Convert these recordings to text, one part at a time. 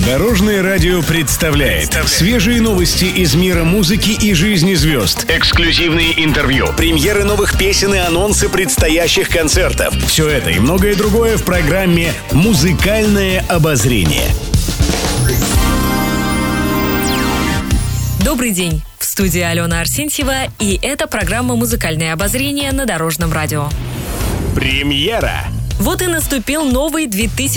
Дорожное радио представляет свежие новости из мира музыки и жизни звезд. Эксклюзивные интервью, премьеры новых песен и анонсы предстоящих концертов. Все это и многое другое в программе «Музыкальное обозрение». Добрый день! В студии Алена Арсентьева, и это программа «Музыкальное обозрение» на Дорожном радио. Премьера! Вот и наступил новый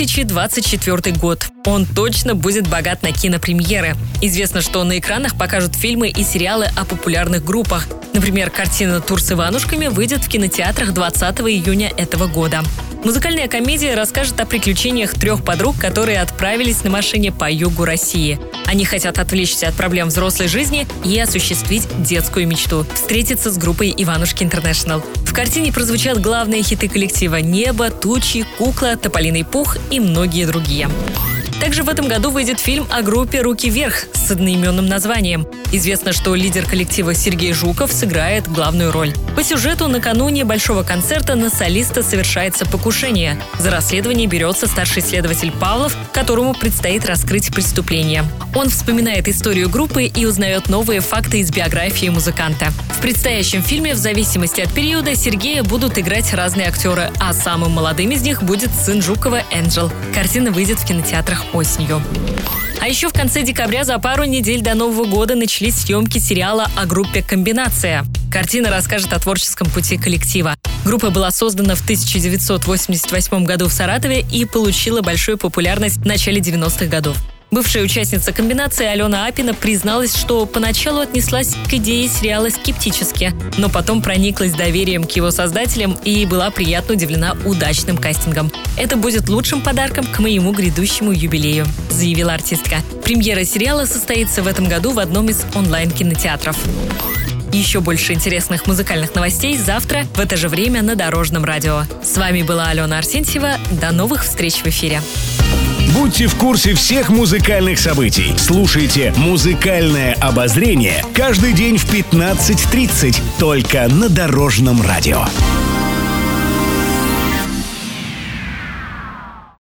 2024 год. Он точно будет богат на кинопремьеры. Известно, что на экранах покажут фильмы и сериалы о популярных группах. Например, картина «Тур с Иванушками» выйдет в кинотеатрах 20 июня этого года. Музыкальная комедия расскажет о приключениях трех подруг, которые отправились на машине по югу России. Они хотят отвлечься от проблем взрослой жизни и осуществить детскую мечту – встретиться с группой «Иванушки Интернешнл». В картине прозвучат главные хиты коллектива «Небо», «Тучи», «Кукла», «Тополиный пух» и многие другие. Также в этом году выйдет фильм о группе «Руки вверх» с одноименным названием. Известно, что лидер коллектива Сергей Жуков сыграет главную роль. По сюжету, накануне большого концерта на солиста совершается покушение. За расследование берется старший следователь Павлов, которому предстоит раскрыть преступление. Он вспоминает историю группы и узнает новые факты из биографии музыканта. В предстоящем фильме, в зависимости от периода, Сергея будут играть разные актеры, а самым молодым из них будет сын Жукова Энджел. Картина выйдет в кинотеатрах осенью. А еще в конце декабря, за пару недель до Нового года, начались съемки сериала о группе «Комбинация». Картина расскажет о творческом пути коллектива. Группа была создана в 1988 году в Саратове и получила большую популярность в начале 90-х годов. Бывшая участница «Комбинации» Алена Апина призналась, что поначалу отнеслась к идее сериала скептически, но потом прониклась доверием к его создателям и была приятно удивлена удачным кастингом. «Это будет лучшим подарком к моему грядущему юбилею», — заявила артистка. Премьера сериала состоится в этом году в одном из онлайн-кинотеатров. Еще больше интересных музыкальных новостей завтра в это же время на Дорожном радио. С вами была Алена Арсентьева. До новых встреч в эфире. Будьте в курсе всех музыкальных событий. Слушайте «Музыкальное обозрение» каждый день в 15:30 только на Дорожном радио.